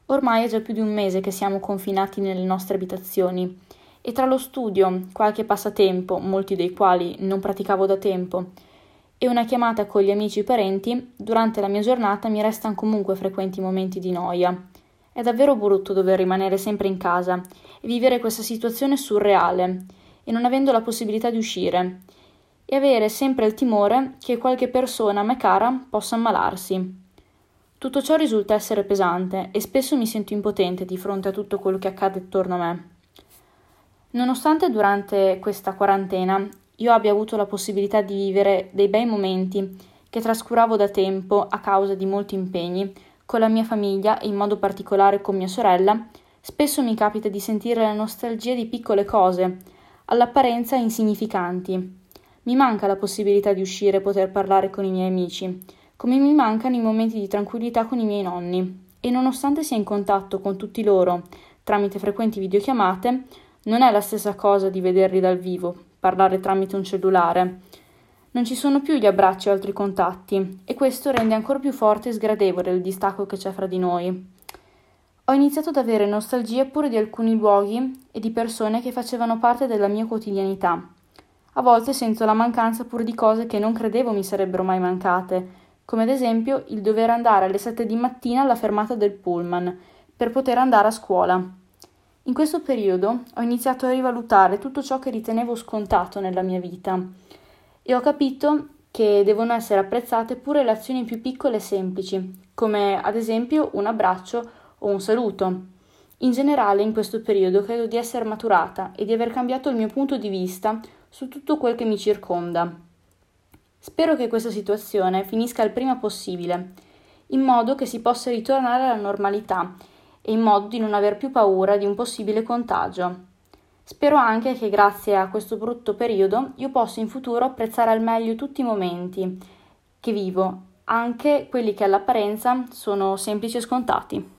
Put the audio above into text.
Ormai è già più di un mese che siamo confinati nelle nostre abitazioni e tra lo studio, qualche passatempo, molti dei quali non praticavo da tempo, e una chiamata con gli amici e i parenti, durante la mia giornata mi restano comunque frequenti momenti di noia. È davvero brutto dover rimanere sempre in casa e vivere questa situazione surreale e non avendo la possibilità di uscire e avere sempre il timore che qualche persona a me cara possa ammalarsi. Tutto ciò risulta essere pesante e spesso mi sento impotente di fronte a tutto quello che accade attorno a me. Nonostante durante questa quarantena io abbia avuto la possibilità di vivere dei bei momenti che trascuravo da tempo a causa di molti impegni, con la mia famiglia e in modo particolare con mia sorella, spesso mi capita di sentire la nostalgia di piccole cose, all'apparenza insignificanti. Mi manca la possibilità di uscire e poter parlare con i miei amici, come mi mancano i momenti di tranquillità con i miei nonni, e nonostante sia in contatto con tutti loro tramite frequenti videochiamate, non è la stessa cosa di vederli dal vivo, parlare tramite un cellulare. Non ci sono più gli abbracci o altri contatti, e questo rende ancora più forte e sgradevole il distacco che c'è fra di noi. Ho iniziato ad avere nostalgia pure di alcuni luoghi e di persone che facevano parte della mia quotidianità. A volte sento la mancanza pure di cose che non credevo mi sarebbero mai mancate, come ad esempio il dover andare alle 7 di mattina alla fermata del pullman per poter andare a scuola. In questo periodo ho iniziato a rivalutare tutto ciò che ritenevo scontato nella mia vita e ho capito che devono essere apprezzate pure le azioni più piccole e semplici, come ad esempio un abbraccio o un saluto. In generale, in questo periodo credo di essere maturata e di aver cambiato il mio punto di vista su tutto quel che mi circonda. Spero che questa situazione finisca il prima possibile, in modo che si possa ritornare alla normalità e in modo di non aver più paura di un possibile contagio. Spero anche che grazie a questo brutto periodo io possa in futuro apprezzare al meglio tutti i momenti che vivo, anche quelli che all'apparenza sono semplici e scontati.